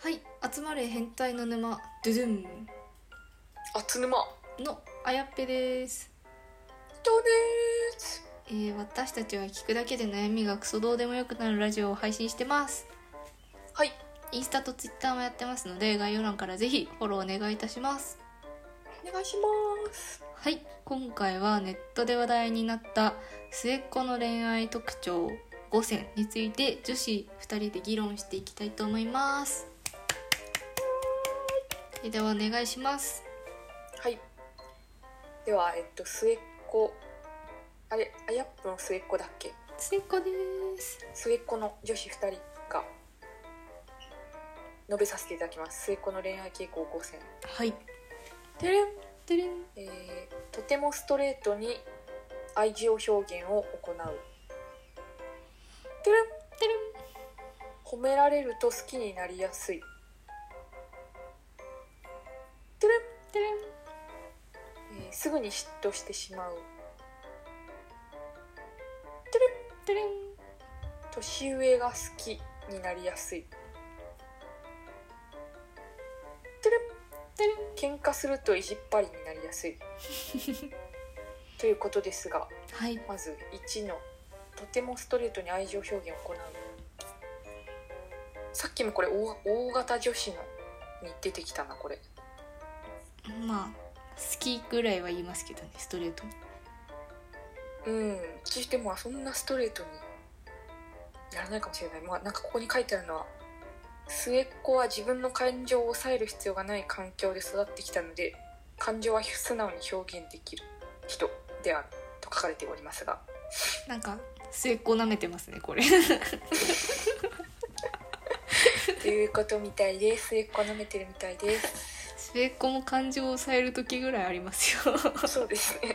はい、集まれ変態の沼ドゥドゥンあつぬまのあやっぺです。 どうです。 私たちは聞くだけで悩みがクソどうでもよくなるラジオを配信してます。 はい、 インスタとツイッターもやってますので、概要欄からぜひフォローお願いいたします。 お願いします。 はい、今回はネットで話題になった末っ子の恋愛特徴5選について女子2人で議論していきたいと思います。それではお願いします。 はい、では末っ子、あれあやっぷの末っ子だっけ。 末っ子です。 末っ子の女子2人が述べさせていただきます。末っ子の恋愛傾向5選。 はい、 てれん、 てれん。 とてもストレートに愛情表現を行う。てれん、 てれん。 褒められると好きになりやすい。てれん、 てれん。 すぐに嫉妬してしまう。 てれん。 年上が好きになりやすい。てれん、 てれん。 喧嘩すると意地っ張りになりやすいということですが、 はい、 まず1のとてもストレートに愛情表現を行う。さっきもこれ 大型女子のに出てきたな。これまあ好きぐらいは言いますけどね、ストレートに。 そしてそんなストレートにやらないかもしれない。なんかここに書いてあるのは、末っ子は自分の感情を抑える必要がない環境で育ってきたので、感情は素直に表現できる人であると書かれておりますが、 なんか末っ子舐めてますねこれということみたいです。末っ子舐めてるみたいです。 末っ子も感情を抑える時ぐらいありますよそうですね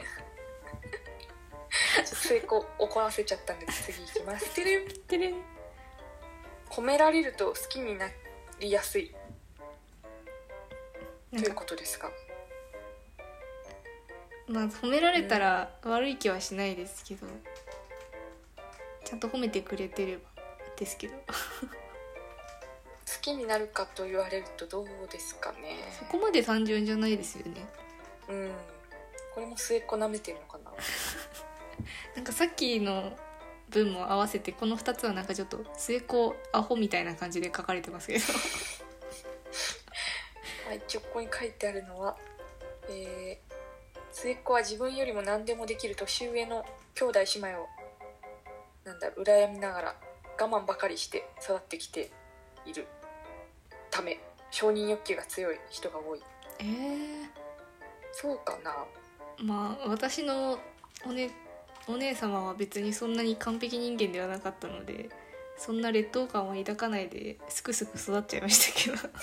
末っ子怒らせちゃったんで次いきます。てれん。 てれん。 褒められると好きになりやすいというなんかことですが、 まあ褒められたら悪い気はしないですけど、ちゃんと褒めてくれてればですけど好きになるかと言われるとどうですかね。 そこまで単純じゃないですよね。 これも末っ子舐めてるのかななんかさっきの文も合わせてこの2つはなんかちょっと末っ子アホみたいな感じで書かれてますけど一応ここに書いてあるのは、末っ子は自分よりも何でもできる年上の兄弟姉妹を羨みながら我慢ばかりして育ってきているため、承認欲求が強い人が多い。そうかな。 まあ私のお姉様は別にそんなに完璧人間ではなかったので、そんな劣等感は抱かないですくすく育っちゃいましたけど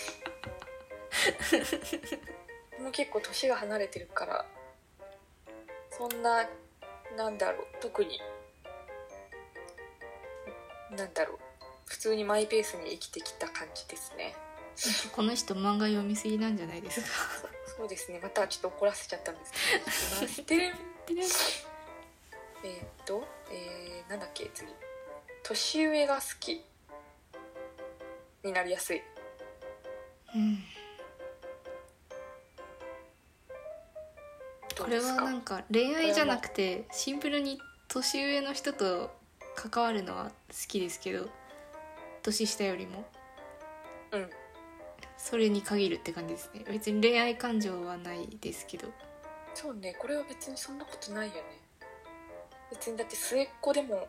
もう結構年が離れてるから、そんな特に普通にマイペースに生きてきた感じですね。 この人漫画読みすぎなんじゃないですかそうですね。またちょっと怒らせちゃったんですけどてれんてれん。 なんだっけ次。年上が好きになりやすい。 これはなんか恋愛じゃなくてシンプルに年上の人と関わるのは好きですけど、年下よりもそれに限るって感じですね。別に恋愛感情はないですけど。 そうね、これは別にそんなことないよね。別にだって末っ子でも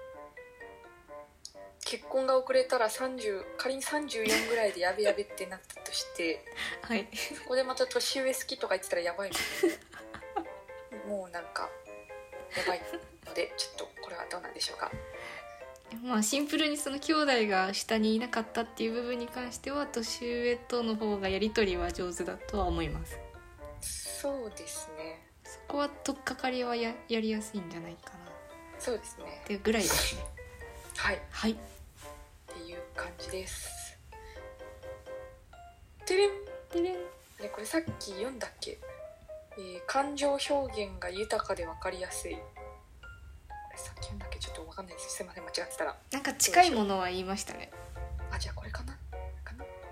結婚が遅れたら仮に34ぐらいでやべやべってなったとしてはいそこでまた年上好きとか言ってたらやばいもんもうなんかやばいので、ちょっとこれはどうなんでしょうか。 まあシンプルにその兄弟が下にいなかったっていう部分に関しては年上との方がやり取りは上手だとは思います。 そうですね。 そこは取っかかりは やりやすいんじゃないかな。 そうですね。 っていうぐらいですね。 はいはいっていう感じです。てれんてれん。 これさっき読んだっけ。感情表現が豊かで分かりやすい。さっき読んだっけ、ちょっと分かんないです。すいません、間違ってたら。 なんか近いものは言いましたね。 じゃあこれかな。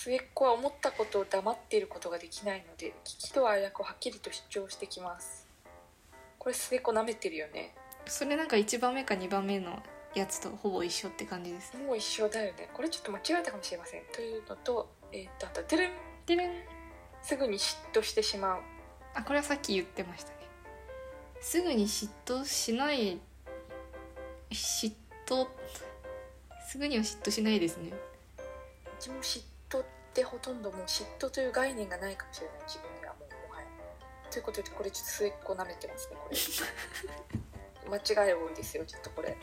末っ子は思ったことを黙っていることができないので、喜怒哀楽をはっきりと主張してきます。これ末っ子なめてるよね。 それなんか1番目か2番目のやつとほぼ一緒って感じですね。 もう一緒だよね。これちょっと間違えたかもしれません。というのと、あとてるん、 てるん。 すぐに嫉妬してしまう。 あ、これはさっき言ってましたね。すぐに嫉妬しない。嫉妬、すぐには嫉妬しないですね。 うちも嫉妬ってほとんどもう嫉妬という概念がないかもしれない、自分にはもう。はい。ということでこれちょっと末っ子なめてますね、これ。間違い多いですよ、ちょっとこれ。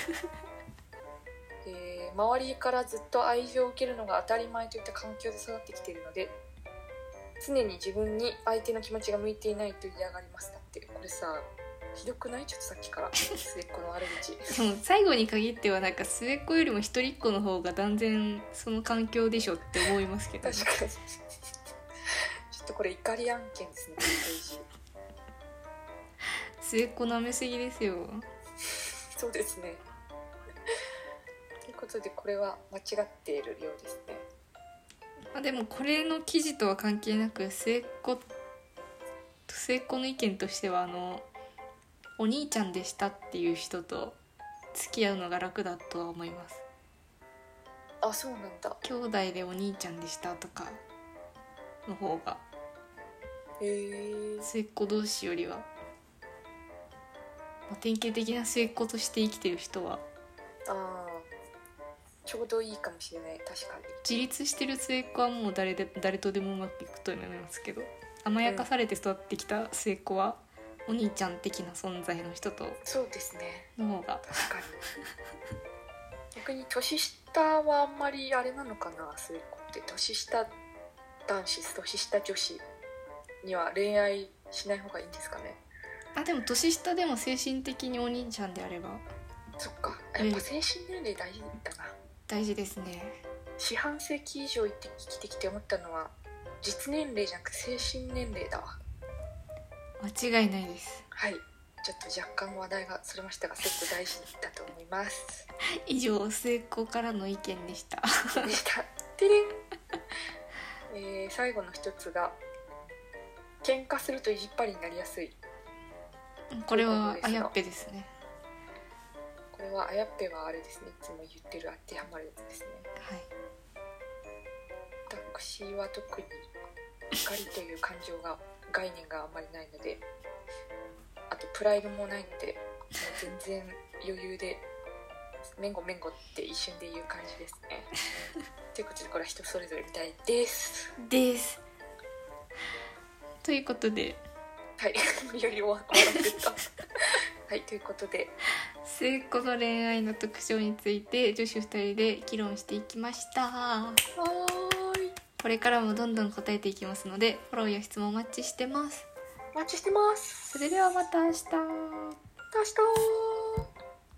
周りからずっと愛情を受けるのが当たり前といった環境で育ってきているので、常に自分に相手の気持ちが向いていないと嫌がります。だってこれさ、ひどくない？ちょっとさっきから末っ子の悪口。 でも最後に限ってはなんか末っ子よりも一人っ子の方が断然その環境でしょって思いますけど、ね、 確かに。ちょっとこれ怒り案件ですね、このページ。 末っ子舐めすぎですよ。 そうですね。ということでこれは間違っているようですね。 でもこれの記事とは関係なく末っ子の意見としてはお兄ちゃんでしたっていう人と付き合うのが楽だとは思います。 あ、そうなんだ。 兄弟でお兄ちゃんでしたとかの方が末っ子同士よりは、典型的な末っ子として生きてる人はちょうどいいかもしれない。確かに自立してる末っ子はもう誰とでもうまくいくと思いますけど、甘やかされて育ってきた末っ子は、お兄ちゃん的な存在の人とそうですねの方が確かに。逆に年下はあんまりあれなのかな、末っ子って。年下男子、年下女子には恋愛しない方がいいんですかね。 でも年下でも精神的にお兄ちゃんであれば。 そっか、やっぱ精神年齢大事だな。 大事ですね。 四半世紀以上生きてきて思ったのは、実年齢じゃなくて精神年齢だわ。 間違いないです。 はい、ちょっと若干話題がそれましたが、結構大事だと思います。 以上、末っ子からの意見でした。 でした。てれん。最後の一つが、喧嘩すると意地っ張りになりやすい。 これはあやっぺですね。 これはあやっぺはあれですね、いつも言ってる当てはまるやつですね。 はい。 私は特に怒りという感情が概念があんまりないので、あとプライドもないので、もう全然余裕でめんごめんごって一瞬で言う感じですね。ということでこれは人それぞれみたいですということで、 はい、より終わってた。はい、ということで末っ子の恋愛の特徴について女子2人で議論していきました。これからもどんどん答えていきますので、フォローや質問お待ちしてます。 お待ちしてます。 それではまた明日。 明日